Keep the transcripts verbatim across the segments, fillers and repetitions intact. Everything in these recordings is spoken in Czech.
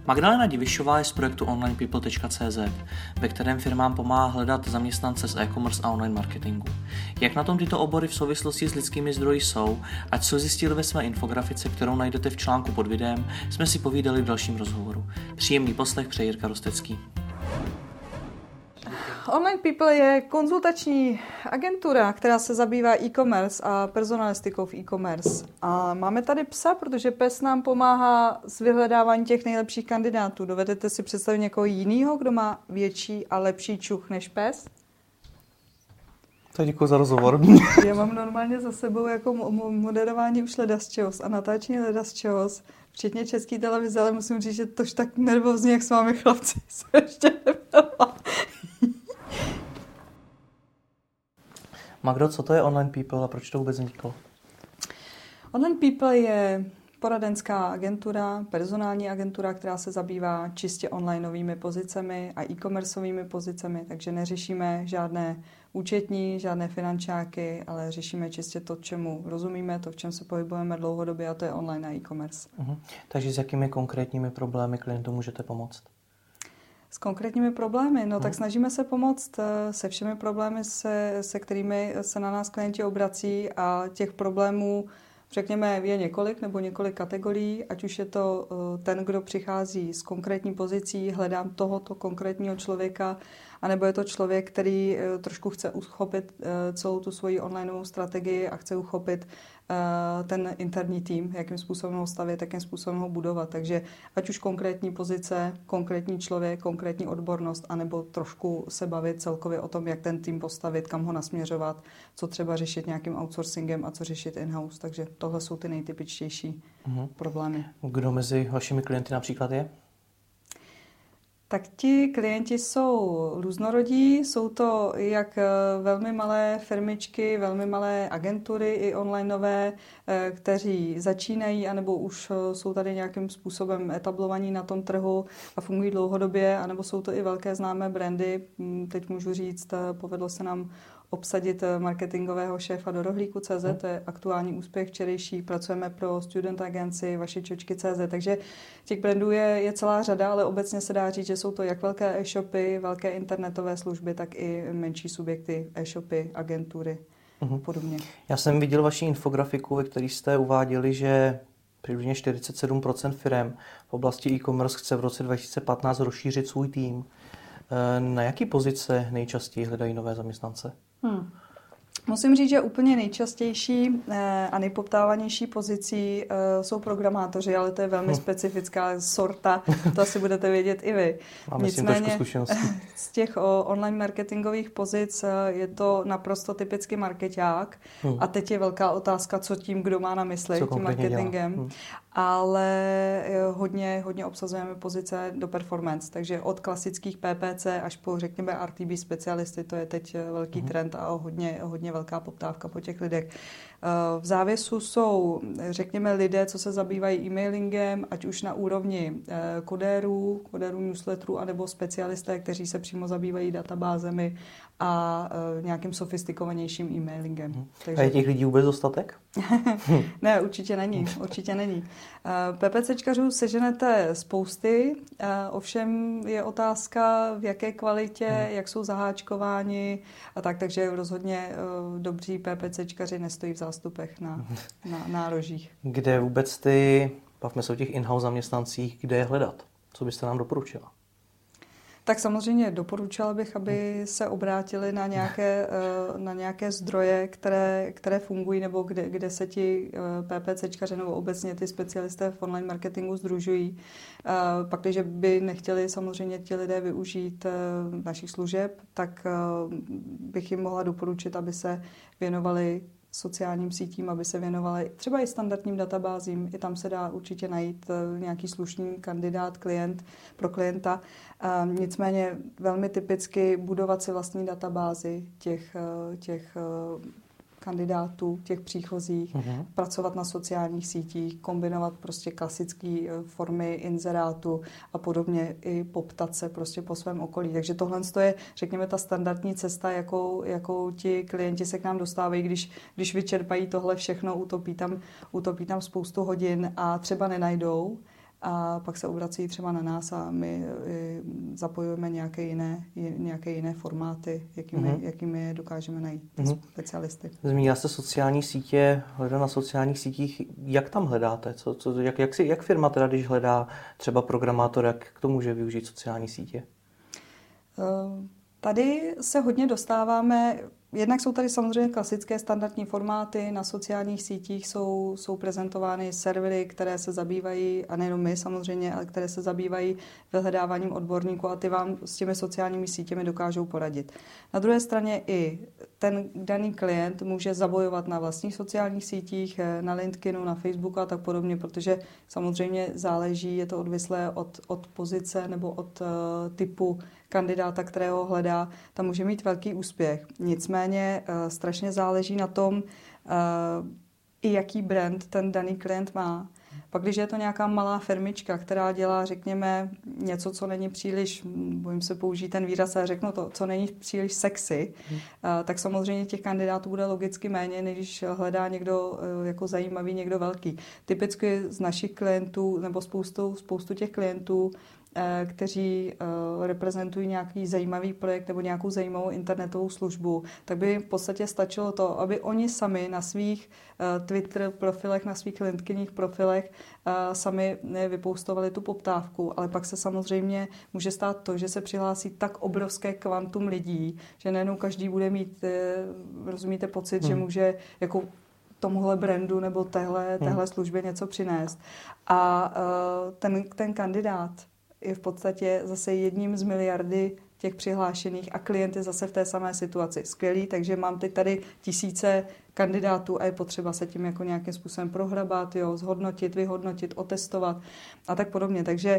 Magdalena Divišová je z projektu online people tečka cé zet, ve kterém firmám pomáhá hledat zaměstnance z e-commerce a online marketingu. Jak na tom tyto obory v souvislosti s lidskými zdroji jsou, ať co zjistili ve své infografice, kterou najdete v článku pod videem, jsme si povídali v dalším rozhovoru. Příjemný poslech přeje Jirka Rostecký. Online People je konzultační agentura, která se zabývá e-commerce a personalistikou v e-commerce. A máme tady psa, protože pes nám pomáhá s vyhledáváním těch nejlepších kandidátů. Dovedete si představit někoho jiného, kdo má větší a lepší čuch než pes? Tak děkuji za rozhovor. Já mám normálně za sebou jako moderování už ledasčos a natáčení ledasčos, včetně České televize, ale musím říct, že tož tak nervózní, jak s vámi chlapci, jsem ještě nebyla. Magdo, co to je Online People a proč to vůbec vzniklo? Online People je poradenská agentura, personální agentura, která se zabývá čistě onlineovými pozicemi a e-commerceovými pozicemi, takže neřešíme žádné účetní, žádné finančáky, ale řešíme čistě to, čemu rozumíme, to, v čem se pohybujeme dlouhodobě, a to je online a e-commerce. Uh-huh. Takže s jakými konkrétními problémy klientům můžete pomoct? S konkrétními problémy, no hmm. tak snažíme se pomoct se všemi problémy, se, se kterými se na nás klienti obrací, a těch problémů, řekněme, je několik nebo několik kategorií, ať už je to ten, kdo přichází s konkrétní pozicí, hledám tohoto konkrétního člověka, anebo je to člověk, který trošku chce uchopit celou tu svoji onlineovou strategii a chce uchopit ten interní tým, jakým způsobem ho stavět, jakým způsobem ho budovat. Takže ať už konkrétní pozice, konkrétní člověk, konkrétní odbornost, anebo trošku se bavit celkově o tom, jak ten tým postavit, kam ho nasměřovat, co třeba řešit nějakým outsourcingem a co řešit in-house. Takže tohle jsou ty nejtypičtější uh-huh. problémy. Kdo mezi vašimi klienty například je? Tak ti klienti jsou různorodí, jsou to jak velmi malé firmičky, velmi malé agentury i onlineové, kteří začínají, anebo už jsou tady nějakým způsobem etablovaní na tom trhu a fungují dlouhodobě, anebo jsou to i velké známé brandy. Teď můžu říct, povedlo se nám obsadit marketingového šéfa do rohlíku tečka cé zet, to je aktuální úspěch včerejší, pracujeme pro Student Agency, vaše čočky tečka cé zet, takže těch brandů je, je celá řada, ale obecně se dá říct, že jsou to jak velké e-shopy, velké internetové služby, tak i menší subjekty, e-shopy, agentury a podobně. Já jsem viděl vaši infografiku, ve které jste uváděli, že přibližně čtyřicet sedm procent firem v oblasti e-commerce chce v roce dva tisíce patnáct rozšířit svůj tým. Na jaký pozice nejčastěji hledají nové zaměstnance? Hmm. Musím říct, že úplně nejčastější a nejpoptávanější pozicí jsou programátoři, ale to je velmi hmm. specifická sorta, to asi budete vědět i vy. Máme Nicméně z těch online marketingových pozic je to naprosto typicky markeťák hmm. a teď je velká otázka, co tím, kdo má na mysli, co tím marketingem. Hmm. Ale hodně, hodně obsazujeme pozice do performance, takže od klasických P P C až po, řekněme, R T B specialisty, to je teď velký hmm. trend a hodně, hodně velká poptávka po těch lidech. V závěsu jsou, řekněme, lidé, co se zabývají e-mailingem, ať už na úrovni kodérů, kodérů newsletterů, anebo specialisté, kteří se přímo zabývají databázemi a nějakým sofistikovanějším e-mailingem. Hmm. Takže... A je těch lidí vůbec dostatek? Ne, určitě není, určitě není. PPCčkařů seženete spousty, ovšem je otázka, v jaké kvalitě, hmm. jak jsou zaháčkováni a tak, takže rozhodně dobří PPCčkaři nestojí v zástupech na, na nárožích. Kde vůbec ty, bavme se o těch in-house zaměstnancích, kde je hledat? Co byste nám doporučila? Tak samozřejmě doporučila bych, aby se obrátili na nějaké, na nějaké zdroje, které, které fungují, nebo kde, kde se ti PPCčkaři nebo obecně ty specialisté v online marketingu sdružují. Pak, když by nechtěli samozřejmě ti lidé využít našich služeb, tak bych jim mohla doporučit, aby se věnovali sociálním sítím, aby se věnovali třeba i standardním databázím. I tam se dá určitě najít nějaký slušný kandidát, klient pro klienta. Nicméně velmi typicky budovat si vlastní databázi těch, těch kandidátů, těch příchozích, uh-huh. pracovat na sociálních sítích, kombinovat prostě klasické formy inzerátu a podobně i poptat se prostě po svém okolí. Takže tohle je, řekněme, ta standardní cesta, jakou, jakou ti klienti se k nám dostávají, když, když vyčerpají tohle všechno, utopí tam, utopí tam spoustu hodin a třeba nenajdou a pak se obrací třeba na nás a my zapojujeme nějaké jiné, nějaké jiné formáty, jakými, mm-hmm. jakými je dokážeme najít mm-hmm. specialisty. Zmínila jste sociální sítě, hledat na sociálních sítích. Jak tam hledáte? Co, co, jak, jak, si, jak firma teda, když hledá třeba programátor, jak k tomu může využít sociální sítě? Tady se hodně dostáváme, jednak jsou tady samozřejmě klasické standardní formáty, na sociálních sítích jsou, jsou prezentovány servery, které se zabývají, a nejenom my samozřejmě, ale které se zabývají vyhledáváním odborníků a ty vám s těmi sociálními sítěmi dokážou poradit. Na druhé straně i ten daný klient může zabojovat na vlastních sociálních sítích, na LinkedInu, na Facebooku a tak podobně, protože samozřejmě záleží, je to odvislé od, od pozice nebo od uh, typu kandidáta, kterého hledá, tam může mít velký úspěch. Nicméně uh, strašně záleží na tom, uh, i jaký brand ten daný klient má. Pak, když je to nějaká malá firmička, která dělá, řekněme, něco, co není příliš, bojím se použít ten výraz, ale řeknu to, co není příliš sexy, hmm. tak samozřejmě těch kandidátů bude logicky méně, než když hledá někdo jako zajímavý, někdo velký. Typicky z našich klientů, nebo spoustu, spoustu těch klientů, kteří reprezentují nějaký zajímavý projekt nebo nějakou zajímavou internetovou službu, tak by v podstatě stačilo to, aby oni sami na svých Twitter profilech, na svých LinkedInních profilech sami vypoustovali tu poptávku, ale pak se samozřejmě může stát to, že se přihlásí tak obrovské kvantum lidí, že najednou každý bude mít, rozumíte, pocit, hmm. že může jako tomuhle brandu nebo téhle, téhle službě něco přinést. A ten, ten kandidát je v podstatě zase jedním z miliardy těch přihlášených a klient je zase v té samé situaci. Skvělý, takže mám teď tady tisíce kandidátů a je potřeba se tím jako nějakým způsobem prohrabat, jo, zhodnotit, vyhodnotit, otestovat a tak podobně. Takže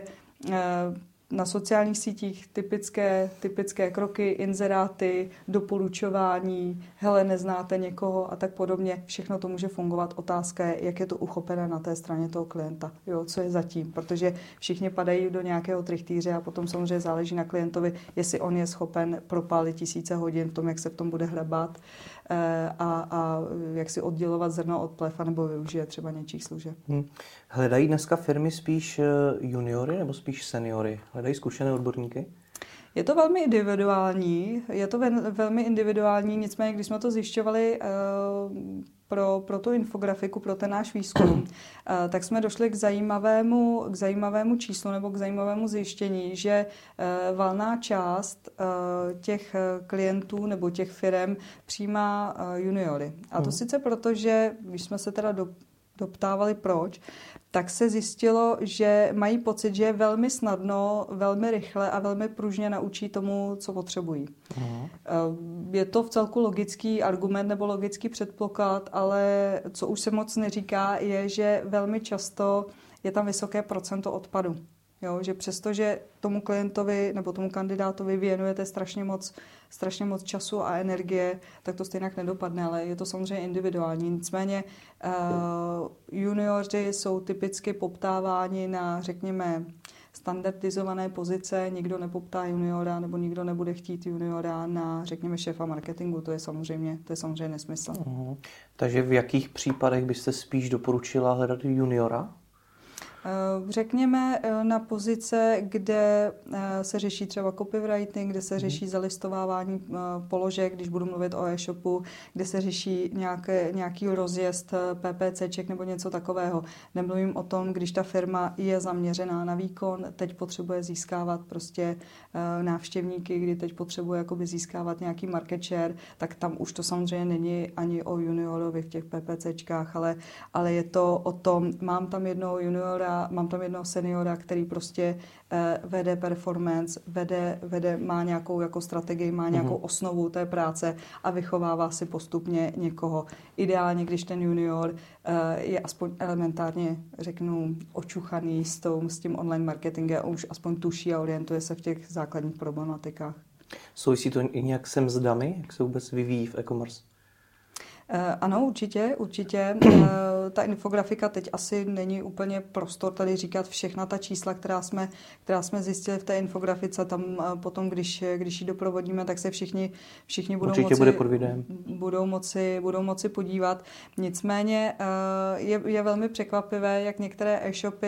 na sociálních sítích typické, typické kroky, inzeráty, doporučování, hele, neznáte někoho a tak podobně. Všechno to může fungovat. Otázka je, jak je to uchopené na té straně toho klienta. Jo, co je zatím, protože všichni padají do nějakého trichtýře a potom samozřejmě záleží na klientovi, jestli on je schopen propálit tisíce hodin v tom, jak se v tom bude hrabat a, a jak si oddělovat zrno od plev, nebo využije třeba něčích služeb. Hmm. Hledají dneska firmy spíš juniory nebo spíš seniory? Hledají zkušené odborníky? Je to velmi individuální, je to velmi individuální, nicméně když jsme to zjišťovali uh, pro, pro tu infografiku, pro ten náš výzkum, uh, tak jsme došli k zajímavému, k zajímavému číslu nebo k zajímavému zjištění, že uh, valná část uh, těch klientů nebo těch firem přijímá uh, juniory. A to hmm. sice proto, že když jsme se teda do, doptávali proč, tak se zjistilo, že mají pocit, že je velmi snadno, velmi rychle a velmi pružně naučí tomu, co potřebují. Aha. Je to v celku logický argument nebo logický předpoklad, ale co už se moc neříká, je, že velmi často je tam vysoké procento odpadu. Jo, že přestože tomu klientovi nebo tomu kandidátovi věnujete strašně moc, strašně moc času a energie, tak to stejně nedopadne, ale je to samozřejmě individuální. Nicméně uh, junioři jsou typicky poptáváni na, řekněme, standardizované pozice, nikdo nepoptá juniora nebo nikdo nebude chtít juniora na, řekněme, šéfa marketingu, to je samozřejmě, to je samozřejmě nesmysl. Uh-huh. Takže v jakých případech byste spíš doporučila hledat juniora? Řekněme na pozice, kde se řeší třeba copywriting, kde se řeší zalistovávání položek, když budu mluvit o e-shopu, kde se řeší nějaké, nějaký rozjezd PPCček nebo něco takového. Nemluvím o tom, když ta firma je zaměřená na výkon, teď potřebuje získávat prostě návštěvníky, kdy teď potřebuje jakoby získávat nějaký market share, tak tam už to samozřejmě není ani o juniorovi v těch PPCčkách, ale, ale je to o tom, mám tam jednoho juniora, mám tam jednoho seniora, který prostě eh, vede performance, vede, vede, má nějakou jako strategii, má nějakou uh-huh. osnovu té práce a vychovává si postupně někoho. Ideálně, když ten junior eh, je aspoň elementárně, řeknu, očuchaný s, tou, s tím online marketingem a už aspoň tuší a orientuje se v těch základních problematikách. Souvisí to i nějak se mzdami? Jak se vůbec vyvíjí v e-commerce? Ano, určitě, určitě. Ta infografika teď asi není úplně prostor tady říkat všechna ta čísla, která jsme, která jsme zjistili v té infografice. Tam potom, když, když ji doprovodíme, tak se všichni, všichni budou, moci, bude pod videem. budou, moci, budou moci podívat. Nicméně je, je velmi překvapivé, jak některé e-shopy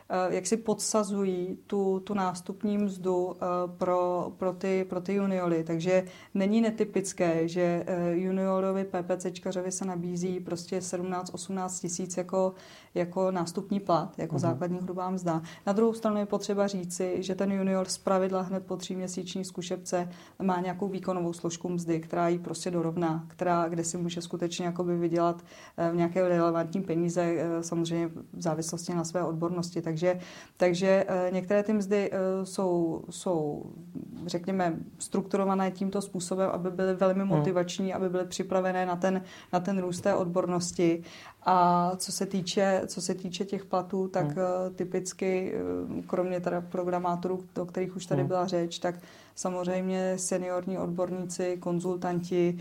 jak si podsazují tu, tu nástupní mzdu pro, pro, ty, pro ty juniory. Takže není netypické, že juniorovi PPCčkařovi se nabízí prostě sedmnáct osmnáct tisíc jako, jako nástupní plat, jako uh-huh. základní hrubá mzda. Na druhou stranu je potřeba říci, že ten junior zpravidla hned po tříměsíční zkušebce má nějakou výkonovou složku mzdy, která jí prostě dorovná, která, kde si může skutečně jakoby vydělat v nějaké relevantní peníze, samozřejmě v závislosti na své odbornosti. Takže, takže některé ty mzdy jsou, jsou, řekněme, strukturované tímto způsobem, aby byly velmi motivační, aby byly připravené na ten, na ten růst té odbornosti. A co se týče, co se týče těch platů, tak hmm. typicky, kromě teda programátorů, o kterých už tady hmm. byla řeč, tak samozřejmě seniorní odborníci, konzultanti,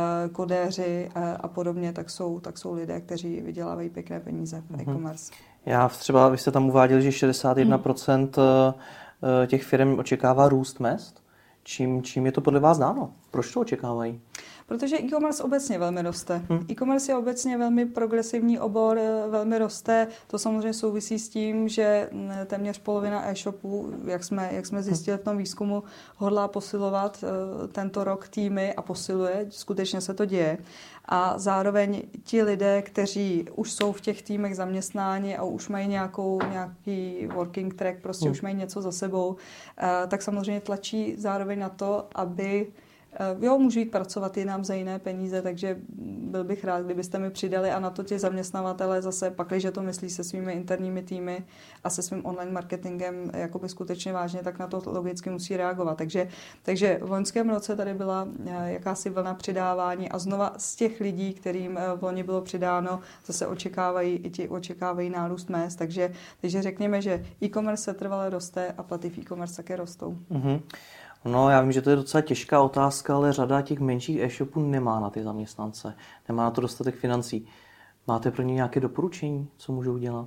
kodéři a podobně, tak jsou, tak jsou lidé, kteří vydělávají pěkné peníze v e-commerce. Já třeba, vy jste tam uváděli, že šedesát jedna procent hmm. těch firm očekává růst mezd. Čím, čím je to podle vás dáno? Proč to očekávají? Protože e-commerce obecně velmi roste. Hmm. E-commerce je obecně velmi progresivní obor, velmi roste. To samozřejmě souvisí s tím, že téměř polovina e-shopů, jak jsme, jak jsme zjistili v tom výzkumu, hodlá posilovat tento rok týmy a posiluje. Skutečně se to děje. A zároveň ti lidé, kteří už jsou v těch týmech zaměstnáni a už mají nějakou, nějaký working track, prostě hmm. už mají něco za sebou, tak samozřejmě tlačí zároveň na to, aby jo, můžu jít pracovat jinam za jiné peníze, takže byl bych rád, kdybyste mi přidali a na to ti zaměstnavatelé zase, pakliže to myslí se svými interními týmy a se svým online marketingem jakoby skutečně vážně, tak na to logicky musí reagovat. Takže, takže v loňském roce tady byla jakási vlna přidávání a znova z těch lidí, kterým v loni bylo přidáno, zase očekávají, i ti očekávají nárůst mezd, takže, takže řekněme, že e-commerce se trvale roste a platy v e-commerce také rostou. Mm-hmm. No, já vím, že to je docela těžká otázka, ale řada těch menších e-shopů nemá na ty zaměstnance, nemá na to dostatek financí. Máte pro ně nějaké doporučení, co můžou dělat?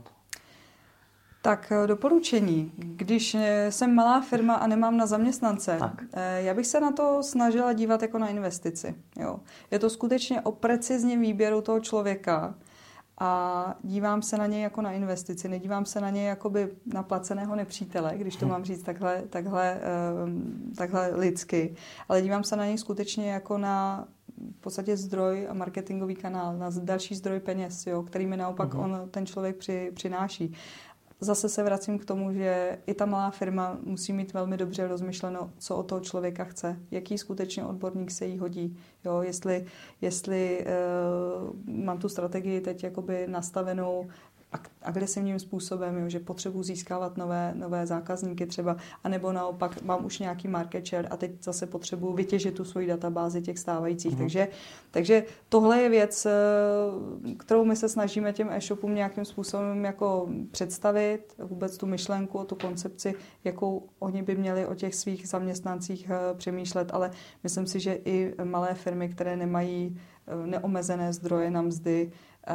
Tak doporučení. Když jsem malá firma a nemám na zaměstnance, tak. já bych se na to snažila dívat jako na investici. Jo. Je to skutečně o precizním výběru toho člověka, a dívám se na něj jako na investici, nedívám se na něj jakoby na placeného nepřítele, když to mám říct takhle, takhle, takhle lidsky, ale dívám se na něj skutečně jako na v podstatě zdroj a marketingový kanál, na další zdroj peněz, jo, který mi naopak uh-huh. on, ten člověk při, přináší. Zase se vracím k tomu, že i ta malá firma musí mít velmi dobře rozmyšleno, co od toho člověka chce, jaký skutečně odborník se jí hodí. Jo, jestli jestli uh, mám tu strategii teď jakoby nastavenou agresivním způsobem, jo, že potřebuji získávat nové, nové zákazníky třeba, anebo naopak mám už nějaký market share a teď zase potřebuji vytěžit tu svoji databázi těch stávajících. Mm. Takže, takže tohle je věc, kterou my se snažíme těm e-shopům nějakým způsobem jako představit, vůbec tu myšlenku, tu koncepci, jakou oni by měli o těch svých zaměstnancích přemýšlet, ale myslím si, že i malé firmy, které nemají neomezené zdroje na mzdy,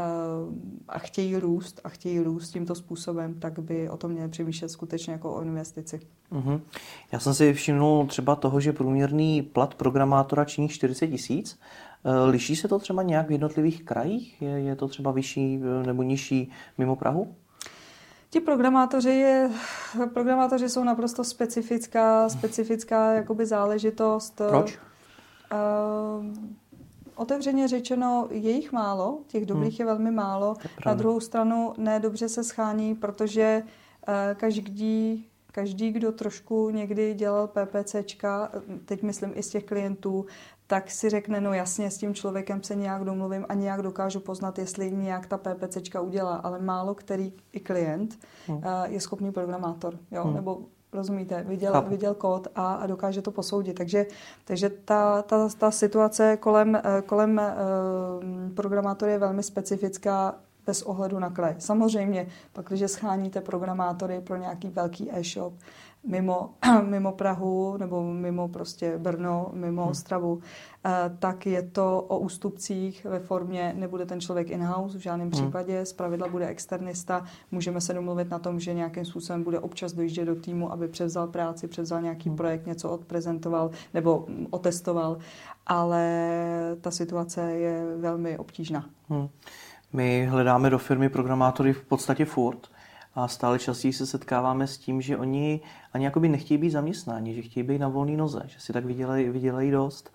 a chtějí růst a chtějí růst tímto způsobem, tak by o tom měli přemýšlet skutečně jako o investici. Uh-huh. Já jsem si všimnul třeba toho, že průměrný plat programátora činí čtyřicet tisíc. Liší se to třeba nějak v jednotlivých krajích? Je, je to třeba vyšší nebo nižší mimo Prahu? Ti programátoři, je, programátoři jsou naprosto specifická, specifická jakoby záležitost. Proč? Uh, Otevřeně řečeno, je jich málo, těch dobrých hmm. je velmi málo. Na druhou stranu ne dobře se schání, protože uh, každý, každý, kdo trošku někdy dělal PPCčka, teď myslím i z těch klientů, tak si řekne, no jasně, s tím člověkem se nějak domluvím a nějak dokážu poznat, jestli nějak ta PPCčka udělá, ale málo který i klient hmm. uh, je schopný programátor, jo, hmm. nebo rozumíte, viděl, viděl kód a, a dokáže to posoudit. Takže, takže ta, ta, ta situace kolem, kolem uh, programátory je velmi specifická bez ohledu na kraj. Samozřejmě, pak, když scháníte programátory pro nějaký velký e-shop mimo, mimo Prahu nebo mimo prostě Brno, mimo Ostravu, hmm. tak je to o ústupcích ve formě, nebude ten člověk in-house v žádném hmm. případě, zpravidla bude externista, můžeme se domluvit na tom, že nějakým způsobem bude občas dojíždět do týmu, aby převzal práci, převzal nějaký hmm. projekt, něco odprezentoval nebo otestoval, ale ta situace je velmi obtížná. Hmm. My hledáme do firmy programátory v podstatě furt a stále častěji se setkáváme s tím, že oni ani jakoby nechtějí být zaměstnáni, že chtějí být na volné noze, že si tak vydělají, vydělají dost.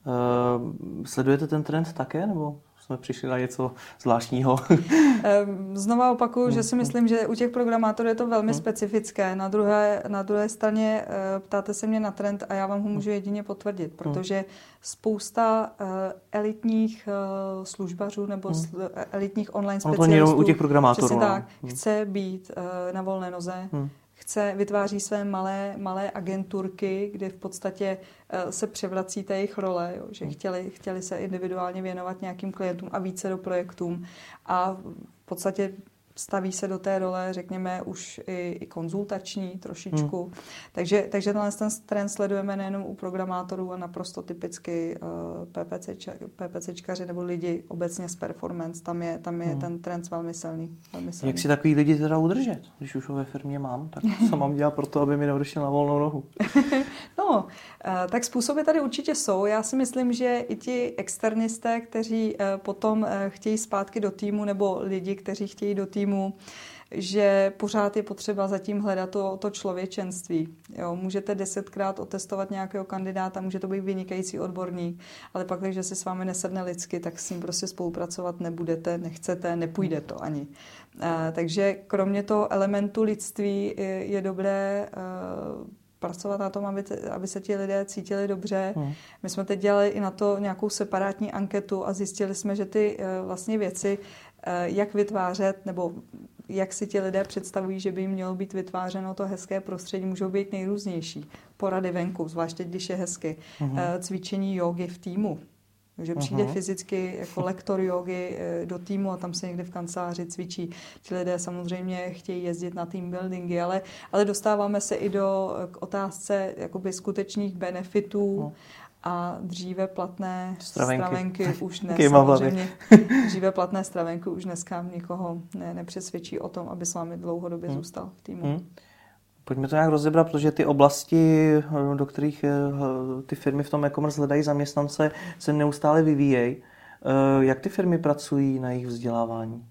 Uh, sledujete ten trend také, nebo jsme přišli na něco zvláštního? Znova opakuju, že si myslím, že u těch programátorů je to velmi hmm. specifické. Na druhé, na druhé straně ptáte se mě na trend a já vám ho můžu jedině potvrdit, protože spousta elitních službařů nebo hmm. elitních online specialistů, ono to není u těch programátorů, no. tak, hmm. chce být na volné noze, hmm. chce, vytváří své malé, malé agenturky, kde v podstatě se převrací ta jejich role, jo, že chtěli, chtěli se individuálně věnovat nějakým klientům a více do projektům a v podstatě staví se do té role, řekněme, už i, i konzultační trošičku. Hmm. Takže, takže tenhle ten trend sledujeme nejenom u programátorů a naprosto typicky uh, PPCčkaři nebo lidi obecně z performance. Tam je, tam je hmm. ten trend velmi silný, velmi silný. Jak si takový lidi teda udržet? Když už ho ve firmě mám, tak co mám dělat pro to, aby mi neodešel na volnou nohu? No, uh, tak způsoby tady určitě jsou. Já si myslím, že i ti externisté, kteří uh, potom uh, chtějí zpátky do týmu, nebo lidi, kteří chtějí do týmu, že pořád je potřeba zatím hledat to, to člověčenství. Jo, můžete desetkrát otestovat nějakého kandidáta, může to být vynikající odborník, ale pak, když se s vámi nesedne lidsky, tak s ním prostě spolupracovat nebudete, nechcete, nepůjde to ani. A, takže kromě toho elementu lidství je, je dobré uh, pracovat na tom, aby, te, aby se ti lidé cítili dobře. Hmm. My jsme teď dělali i na to nějakou separátní anketu a zjistili jsme, že ty uh, vlastně věci, uh, jak vytvářet, nebo jak si ti lidé představují, že by jim mělo být vytvářeno to hezké prostředí, můžou být nejrůznější. Porady venku, zvláště když je hezky. Hmm. Uh, cvičení jógy v týmu. že přijde uh-huh. fyzicky jako lektor jógy do týmu a tam se někde v kanceláři cvičí. Ti lidé samozřejmě chtějí jezdit na team buildingy, ale, ale dostáváme se i do k otázce jakoby skutečných benefitů uh-huh. a dříve platné stravenky, stravenky už dnes samozřejmě, dříve platné stravenky už dneska nikoho ne, nepřesvědčí o tom, aby s vámi dlouhodobě uh-huh. zůstal v týmu. Uh-huh. Pojďme to nějak rozebrat, protože ty oblasti, do kterých ty firmy v tom e-commerce hledají zaměstnance, se neustále vyvíjejí. Jak ty firmy pracují na jejich vzdělávání?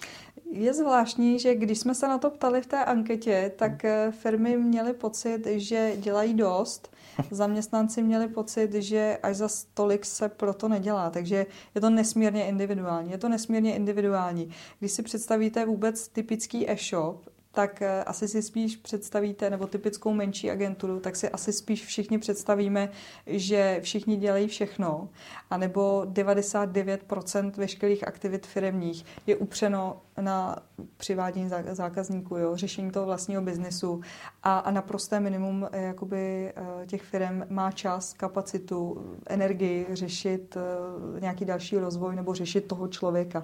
Je zvláštní, že když jsme se na to ptali v té anketě, tak firmy měly pocit, že dělají dost. Zaměstnanci měli pocit, že až za tolik se proto nedělá. Takže je to nesmírně individuální. Je to nesmírně individuální. Když si představíte vůbec typický e-shop, tak asi si spíš představíte, nebo typickou menší agenturu, tak si asi spíš všichni představíme, že všichni dělají všechno, anebo devadesát devět procent veškerých aktivit firemních je upřeno na přivádění zákazníků, jo, řešení toho vlastního biznesu a, a naprosté minimum jakoby, těch firem má čas, kapacitu, energii řešit nějaký další rozvoj nebo řešit toho člověka.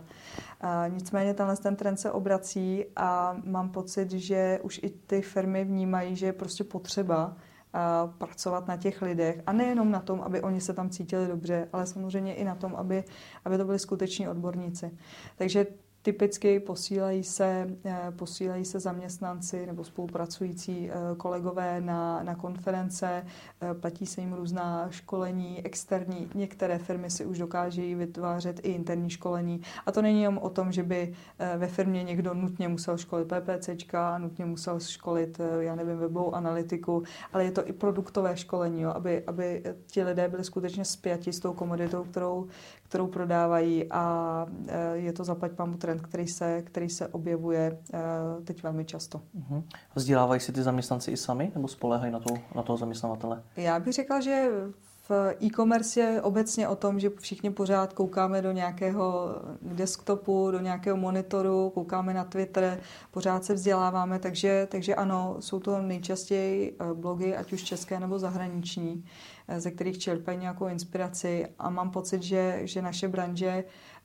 A nicméně tenhle ten trend se obrací a mám pocit, že už i ty firmy vnímají, že je prostě potřeba a pracovat na těch lidech a nejenom na tom, aby oni se tam cítili dobře, ale samozřejmě i na tom, aby, aby to byli skuteční odborníci. Takže typicky posílají se, posílají se zaměstnanci nebo spolupracující kolegové na, na konference, platí se jim různá školení externí. Některé firmy si už dokážejí vytvářet i interní školení. A to není jen o tom, že by ve firmě někdo nutně musel školit PPCčka, nutně musel školit, já nevím, webovou analytiku, ale je to i produktové školení, jo, aby, aby ti lidé byli skutečně spjati s tou komoditou, kterou, kterou prodávají a je to zaplať pánbůh trend, který se, který se objevuje teď velmi často. Uh-huh. Vzdělávají si ty zaměstnanci i sami nebo spoléhají na, to, na toho zaměstnavatele? Já bych řekla, že v e-commerce je obecně o tom, že všichni pořád koukáme do nějakého desktopu, do nějakého monitoru, koukáme na Twitter, pořád se vzděláváme, takže, takže ano, jsou to nejčastěji blogy, ať už české nebo zahraniční, ze kterých čerpají nějakou inspiraci a mám pocit, že, že naše branže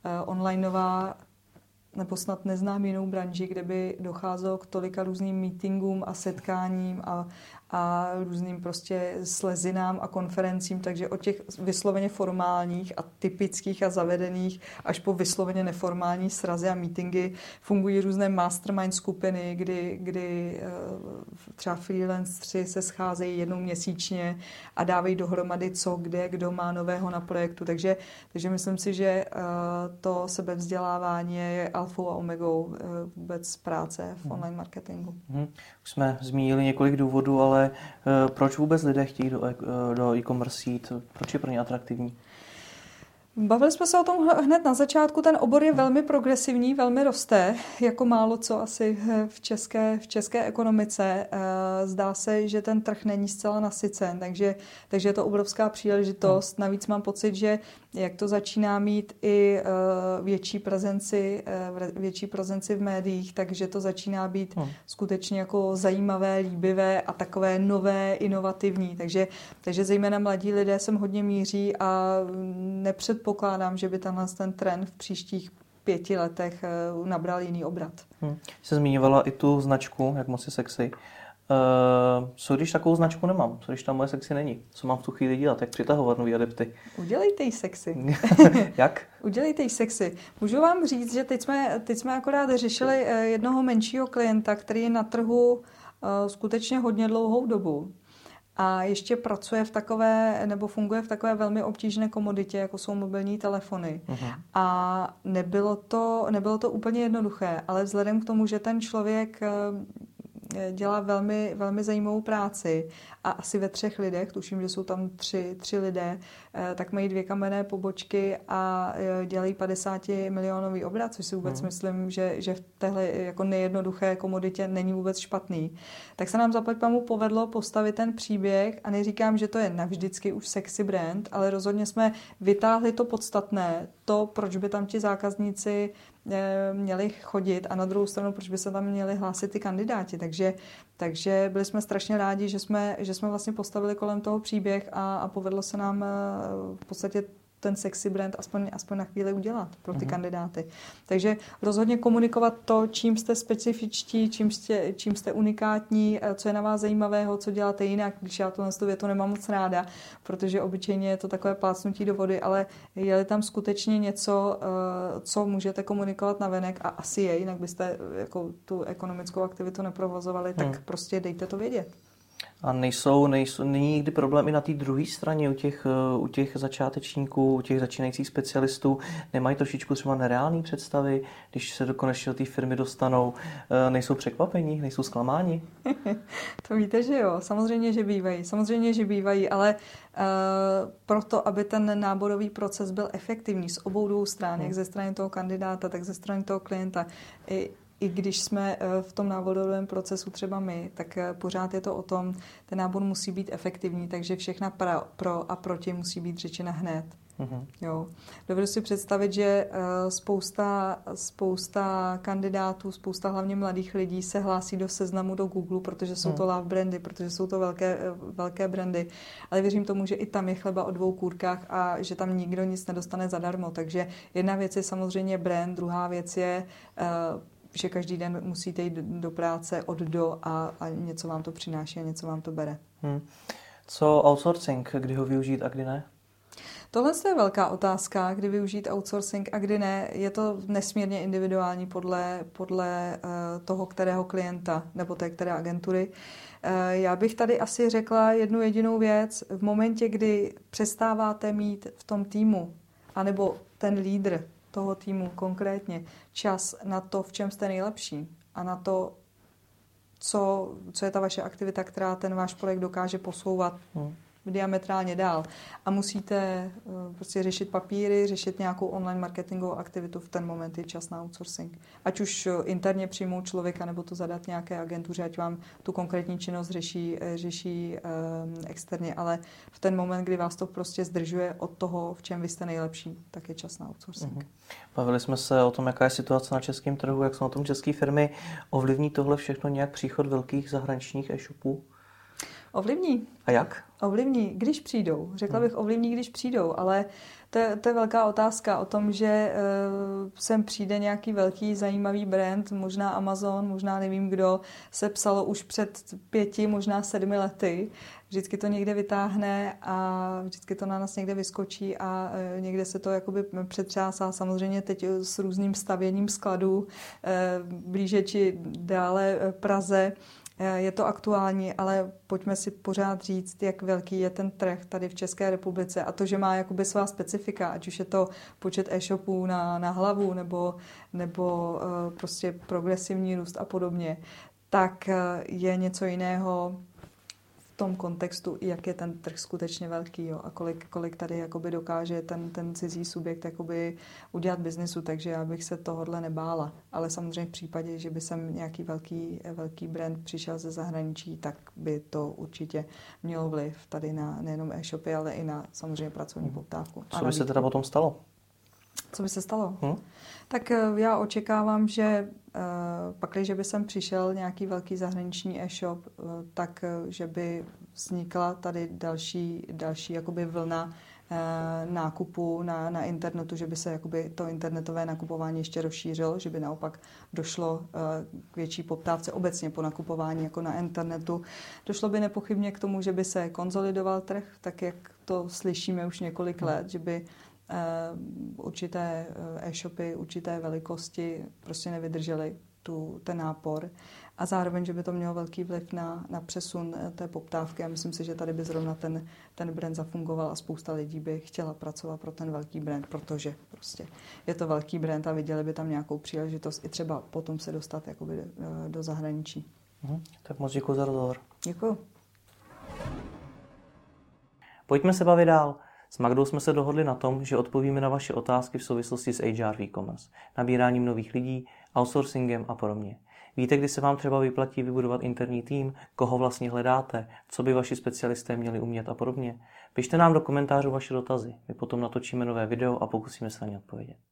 onlineová nebo snad neznám jinou branži, kde by docházelo k tolika různým meetingům a setkáním a, a různým prostě slezinám a konferencím, takže od těch vysloveně formálních a typických a zavedených až po vysloveně neformální srazy a meetingy fungují různé mastermind skupiny, kdy, kdy třeba freelanceri se scházejí jednou měsíčně a dávají dohromady co, kde, kdo má nového na projektu, takže, takže myslím si, že to sebevzdělávání je alfou a omegou vůbec práce v online marketingu. Hmm. Už jsme zmínili několik důvodů, ale proč vůbec lidé chtějí do, do e-commerce jít? Proč je pro ně atraktivní? Bavili jsme se o tom hned na začátku. Ten obor je velmi progresivní, velmi roste, jako málo co asi v české, v české ekonomice. Zdá se, že ten trh není zcela nasycen, takže, takže je to obrovská příležitost. Navíc mám pocit, že jak to začíná mít i větší prezenci, větší prezenci v médiích, takže to začíná být hmm. skutečně jako zajímavé, líbivé a takové nové, inovativní. Takže, takže zejména mladí lidé sem hodně míří a nepředpokládám, že by tenhle ten trend v příštích pěti letech nabral jiný obrat. Hmm. Jsi zmiňovala i tu značku, jak moc je sexy. Uh, co když takovou značku nemám? Co když tam moje sexy není? Co mám v tu chvíli dělat? Jak přitahovat nový adepty? Udělejte jí sexy. Jak? Udělejte jí sexy. Můžu vám říct, že teď jsme, teď jsme akorát řešili jednoho menšího klienta, který je na trhu uh, skutečně hodně dlouhou dobu. A ještě pracuje v takové, nebo funguje v takové velmi obtížné komoditě, jako jsou mobilní telefony. Uh-huh. A nebylo to, nebylo to úplně jednoduché, ale vzhledem k tomu, že ten člověk dělá velmi, velmi zajímavou práci a asi ve třech lidech, tuším, že jsou tam tři, tři lidé, tak mají dvě kamenné pobočky a dělají padesát milionový obrat, což si vůbec hmm. myslím, že, že v téhle jako nejednoduché komoditě není vůbec špatný. Tak se nám zaplať pamu povedlo postavit ten příběh a neříkám, že to je navždycky už sexy brand, ale rozhodně jsme vytáhli to podstatné, to, proč by tam ti zákazníci měli chodit a na druhou stranu, proč by se tam měli hlásit ty kandidáti. Takže, takže byli jsme strašně rádi, že jsme, že jsme vlastně postavili kolem toho příběh a, a povedlo se nám v podstatě ten sexy brand aspoň, aspoň na chvíli udělat pro ty mm-hmm. kandidáty. Takže rozhodně komunikovat to, čím jste specifičtí, čím jste, čím jste unikátní, co je na vás zajímavého, co děláte jinak, když já tohle tu větu nemám moc ráda, protože obyčejně je to takové plácnutí do vody, ale je tam skutečně něco, co můžete komunikovat navenek a asi je, jinak byste jako tu ekonomickou aktivitu neprovozovali, tak hmm. prostě dejte to vědět. A nejsou, nejsou, není nikdy problém i na té druhé straně u těch, u těch začátečníků, u těch začínajících specialistů? Nemají trošičku třeba nereální představy, když se do konečně do té firmy dostanou? Nejsou překvapení, nejsou zklamáni? To víte, že jo. Samozřejmě, že bývají. Samozřejmě, že bývají, ale uh, proto, aby ten náborový proces byl efektivní z obou dvou stran, hmm. jak ze strany toho kandidáta, tak ze strany toho klienta, i I když jsme v tom náborovém procesu třeba my, tak pořád je to o tom, ten nábor musí být efektivní, takže všechna pro, pro a proti musí být řečena hned. Uh-huh. Jo. Dovedu si představit, že spousta, spousta kandidátů, spousta hlavně mladých lidí se hlásí do seznamu do Google, protože jsou to love brandy, protože jsou to velké, velké brandy. Ale věřím tomu, že i tam je chleba o dvou kůrkách a že tam nikdo nic nedostane zadarmo. Takže jedna věc je samozřejmě brand, druhá věc je že každý den musíte jít do práce od do a, a něco vám to přináší a něco vám to bere. Hmm. Co outsourcing, kdy ho využít a kdy ne? Tohle je velká otázka, kdy využít outsourcing a kdy ne. Je to nesmírně individuální podle, podle uh, toho, kterého klienta nebo té které agentury. Uh, já bych tady asi řekla jednu jedinou věc. V momentě, kdy přestáváte mít v tom týmu, anebo ten lídr toho týmu konkrétně, čas na to, v čem jste nejlepší a na to, co, co je ta vaše aktivita, která ten váš projekt dokáže posouvat hmm. diametrálně dál. A musíte uh, prostě řešit papíry, řešit nějakou online marketingovou aktivitu, v ten moment je čas na outsourcing. Ať už uh, interně přijmout člověka, nebo to zadat nějaké agentuře, ať vám tu konkrétní činnost řeší, řeší um, externě, ale v ten moment, kdy vás to prostě zdržuje od toho, v čem vy jste nejlepší, tak je čas na outsourcing. Mm-hmm. Bavili jsme se o tom, jaká je situace na českém trhu, jak jsou na tom české firmy. Ovlivní tohle všechno nějak příchod velkých zahraničních e-shopů? Ovlivní. A jak? Ovlivní, když přijdou. Řekla bych ovlivní, když přijdou, ale to, to je velká otázka o tom, že uh, sem přijde nějaký velký zajímavý brand, možná Amazon, možná nevím kdo, se psalo už před pěti, možná sedmi lety. Vždycky to někde vytáhne a vždycky to na nás někde vyskočí a uh, někde se to jakoby přetřásá. Samozřejmě teď s různým stavěním skladů uh, blíže či dále Praze Je to aktuální, ale pojďme si pořád říct, jak velký je ten trh tady v České republice a to, že má jakoby svá specifika, ať už je to počet e-shopů na, na hlavu nebo, nebo uh, prostě progresivní růst a podobně, tak uh, je něco jiného v tom kontextu, jak je ten trh skutečně velký, jo, a kolik, kolik tady jakoby dokáže ten, ten cizí subjekt jakoby udělat biznesu, takže já bych se tohodle nebála. Ale samozřejmě v případě, že by sem nějaký velký, velký brand přišel ze zahraničí, tak by to určitě mělo vliv tady na nejenom e-shopy, ale i na samozřejmě pracovní poptávku. Co by se teda potom stalo? Co by se stalo? Hmm? Tak já očekávám, že pakliže by sem přišel nějaký velký zahraniční e-shop, tak že by vznikla tady další, další jakoby vlna nákupu na, na internetu, že by se jakoby to internetové nakupování ještě rozšířilo, že by naopak došlo k větší poptávce obecně po nakupování jako na internetu. Došlo by nepochybně k tomu, že by se konzolidoval trh, tak jak to slyšíme už několik let, že by určité e-shopy, určité velikosti prostě nevydržely tu, ten nápor a zároveň, že by to mělo velký vliv na, na přesun té poptávky a myslím si, že tady by zrovna ten, ten brand zafungoval a spousta lidí by chtěla pracovat pro ten velký brand, protože prostě je to velký brand a viděli by tam nějakou příležitost i třeba potom se dostat jakoby do, do zahraničí. Mhm, tak moc děkuji za rozhovor. Děkuji. Pojďme se bavit dál. S Magdou jsme se dohodli na tom, že odpovíme na vaše otázky v souvislosti s H R v e-commerce, nabíráním nových lidí, outsourcingem a podobně. Víte, kdy se vám třeba vyplatí vybudovat interní tým, koho vlastně hledáte, co by vaši specialisté měli umět a podobně? Pište nám do komentářů vaše dotazy. My potom natočíme nové video a pokusíme se na ně odpovědět.